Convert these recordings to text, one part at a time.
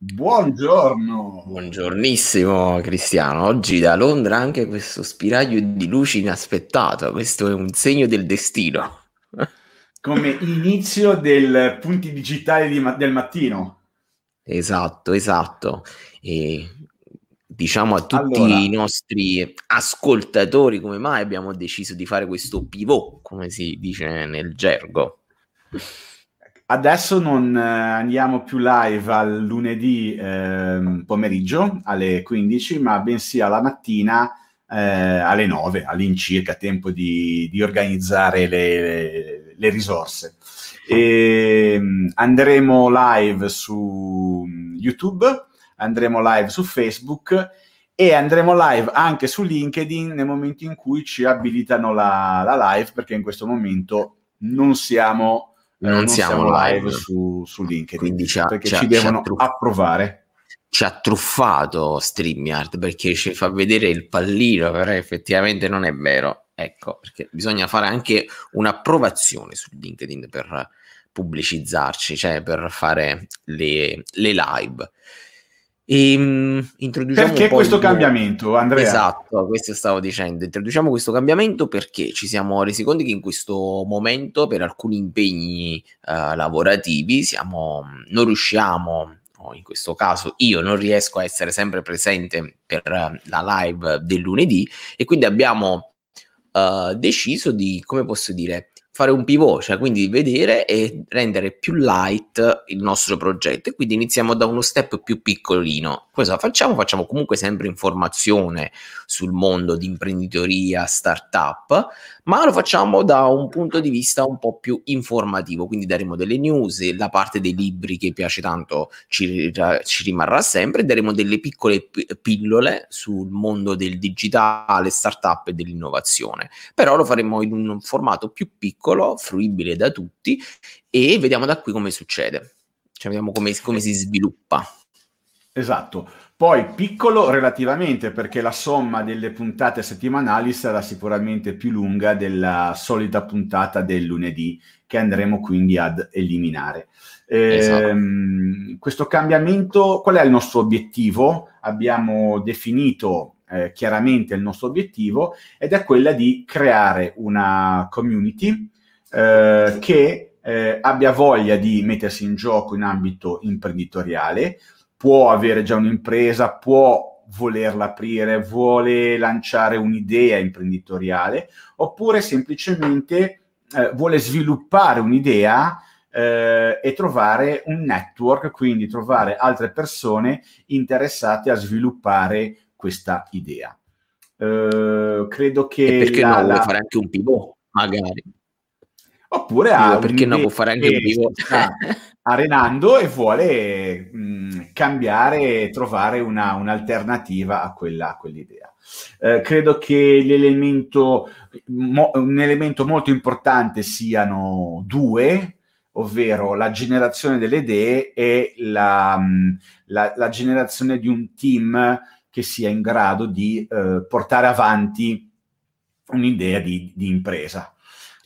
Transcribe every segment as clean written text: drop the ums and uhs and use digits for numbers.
Buongiorno. Buongiornissimo Cristiano, oggi da Londra anche questo spiraglio di luci inaspettato, questo è un segno del destino. Come inizio del punti digitali del mattino. Esatto, esatto. E diciamo a tutti i Allora, nostri ascoltatori come mai abbiamo deciso di fare questo pivot, come si dice nel gergo. adesso non andiamo più live al lunedì pomeriggio alle 15, ma bensì alla mattina alle 9, all'incirca, tempo di organizzare le risorse. Andremo live su YouTube, andremo live su Facebook e andremo live anche su LinkedIn nel momento in cui ci abilitano la live, perché in questo momento non siamo Non siamo live live, su LinkedIn, quindi perché ci devono approvare. ci ha truffato StreamYard perché ci fa vedere il pallino, però effettivamente non è vero. Ecco, perché bisogna fare anche un'approvazione su LinkedIn per pubblicizzarci, cioè per fare le live. Introduciamo un Perché po' questo cambiamento, Andrea? Esatto, questo stavo dicendo. Introduciamo questo cambiamento perché ci siamo resi conto che in questo momento, per alcuni impegni lavorativi, non riusciamo, o in questo caso io non riesco a essere sempre presente per la live del lunedì, e quindi abbiamo deciso di, come posso dire, fare un pivot, cioè quindi vedere e rendere più light il nostro progetto, e quindi iniziamo da uno step più piccolino. Cosa facciamo? Facciamo comunque sempre informazione sul mondo di imprenditoria, startup, ma lo facciamo da un punto di vista un po' più informativo, quindi daremo delle news, la parte dei libri che piace tanto ci rimarrà sempre, daremo delle piccole pillole sul mondo del digitale, startup e dell'innovazione, però lo faremo in un formato più piccolo, fruibile da tutti, e vediamo da qui come succede, cioè vediamo come si sviluppa. Esatto. Poi piccolo relativamente, perché la somma delle puntate settimanali sarà sicuramente più lunga della solita puntata del lunedì, che andremo quindi ad eliminare. Esatto. Questo cambiamento, qual è il nostro obiettivo? Abbiamo definito chiaramente il nostro obiettivo, ed è quella di creare una community che abbia voglia di mettersi in gioco in ambito imprenditoriale. Può avere già un'impresa, può volerla aprire, vuole lanciare un'idea imprenditoriale, oppure semplicemente vuole sviluppare un'idea e trovare un network, quindi trovare altre persone interessate a sviluppare questa idea. Credo E che perché no, vuole fare anche un pivot, magari. oppure ha Dico, perché no, un'idea può fare anche un che pivot. si sta arenando e vuole cambiare e trovare un'alternativa a quell'idea. Credo che un elemento molto importante siano due, ovvero la generazione delle idee e la generazione di un team che sia in grado di portare avanti un'idea di impresa.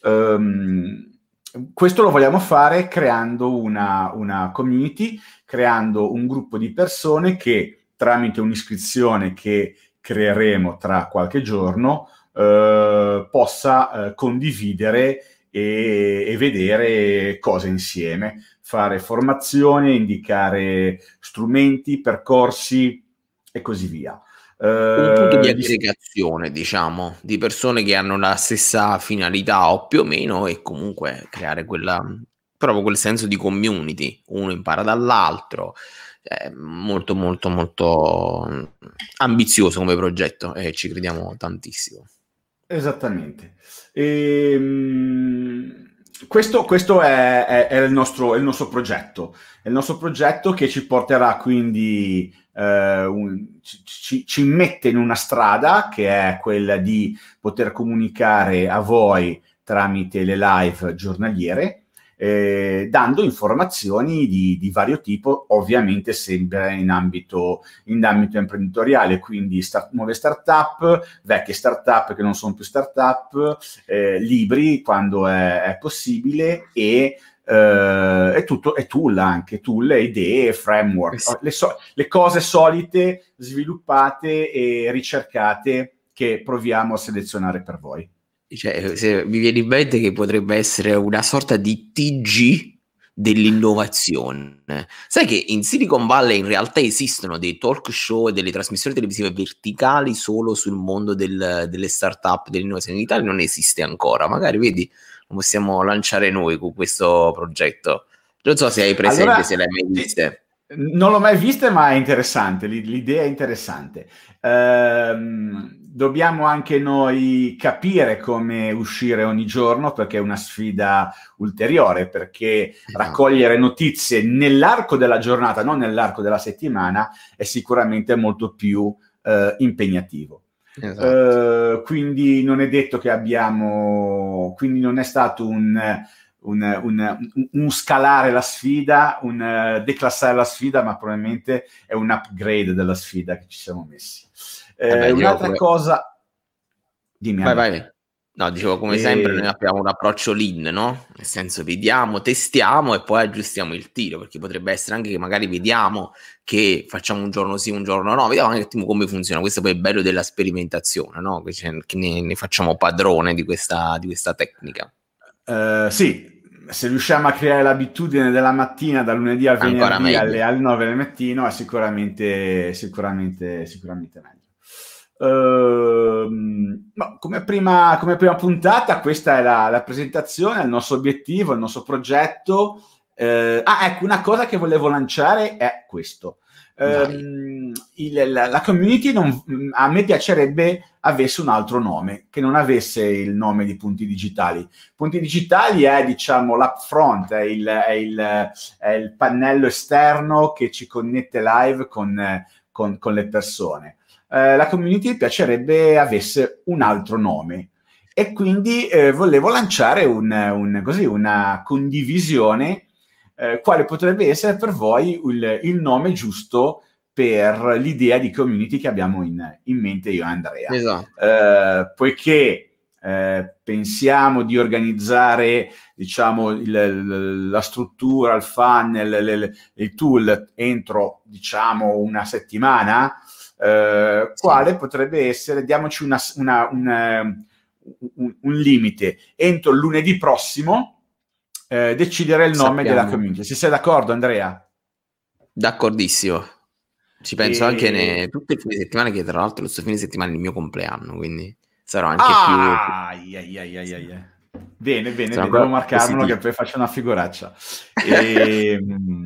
Questo lo vogliamo fare creando una community, creando un gruppo di persone che, tramite un'iscrizione che creeremo tra qualche giorno, possa condividere e vedere cose insieme, fare formazione, indicare strumenti, percorsi e così via. Un punto di Eh, di- aggregazione, diciamo, di persone che hanno la stessa finalità o più o meno, e comunque creare proprio quel senso di community. Uno impara dall'altro. È molto, molto, molto ambizioso come progetto, e ci crediamo tantissimo. Esattamente. Questo è il nostro progetto. È il nostro progetto che ci porterà quindi, ci mette in una strada che è quella di poter comunicare a voi tramite le live giornaliere, dando informazioni di vario tipo, ovviamente sempre in ambito imprenditoriale, quindi nuove start-up, vecchie start-up che non sono più start-up, libri quando è possibile, e è tutto, è tool anche, tool, idee, framework, le cose solite sviluppate e ricercate che proviamo a selezionare per voi. Cioè, se mi viene in mente che potrebbe essere una sorta di TG dell'innovazione. Sai che in Silicon Valley in realtà esistono dei talk show e delle trasmissioni televisive verticali solo sul mondo delle startup, dell'innovazione. In Italia non esiste ancora, magari vedi, lo possiamo lanciare noi con questo progetto. Non so se hai presente, allora, se l'hai mai viste. Non l'ho mai vista, ma è interessante, l'idea è interessante. Dobbiamo anche noi capire come uscire ogni giorno, perché è una sfida ulteriore, perché raccogliere notizie nell'arco della giornata, non nell'arco della settimana, è sicuramente molto più impegnativo. Esatto. Quindi non è detto che abbiamo, quindi non è stato un scalare la sfida, un declassare la sfida, ma probabilmente è un upgrade della sfida che ci siamo messi. Un'altra cosa, dimmi. Vai. No, dicevo, come sempre noi abbiamo un approccio lean, no? Nel senso, vediamo, testiamo e poi aggiustiamo il tiro, perché potrebbe essere anche che magari vediamo che facciamo un giorno sì, un giorno no, vediamo un attimo come funziona. Questo poi è il bello della sperimentazione, no? Che ne facciamo padrone di questa tecnica. Sì, se riusciamo a creare l'abitudine della mattina, dal lunedì al venerdì alle 9 del mattino, è sicuramente meglio. Come prima puntata, questa è la presentazione, il nostro obiettivo, il nostro progetto. Ecco, una cosa che volevo lanciare è questo. La community a me piacerebbe avesse un altro nome, che non avesse il nome di Punti Digitali. Punti Digitali è, diciamo, l'upfront, è il pannello esterno che ci connette live con le persone. La community piacerebbe avesse un altro nome e quindi volevo lanciare una condivisione. Quale potrebbe essere per voi il nome giusto per l'idea di community che abbiamo in mente io e Andrea. Esatto. Poiché pensiamo di organizzare, diciamo, la struttura, il funnel, il tool entro, diciamo, una settimana, quale potrebbe essere, diamoci un limite, entro il lunedì prossimo decidere il nome della community. Se sei d'accordo, Andrea? D'accordissimo. Ci penso anche tutte le fine settimana, che tra l'altro questo fine settimana è il mio compleanno, quindi sarò anche più... Bene, devo marcarmelo che poi faccio una figuraccia. E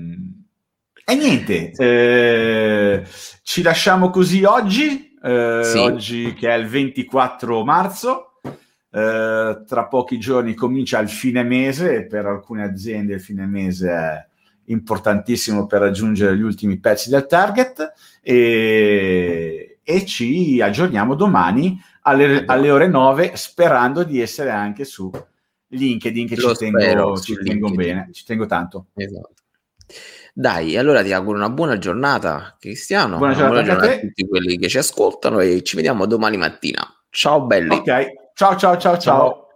niente, ci lasciamo così oggi, oggi che è il 24 marzo. Tra pochi giorni comincia il fine mese e per alcune aziende il fine mese è importantissimo per raggiungere gli ultimi pezzi del target e ci aggiorniamo domani alle ore 9, sperando di essere anche su LinkedIn, che ci tengo bene, ci tengo tanto. Esatto. Dai, allora ti auguro una buona giornata, Cristiano. Buona giornata a tutti quelli che ci ascoltano e ci vediamo domani mattina. Ciao belli. Ok, ciao.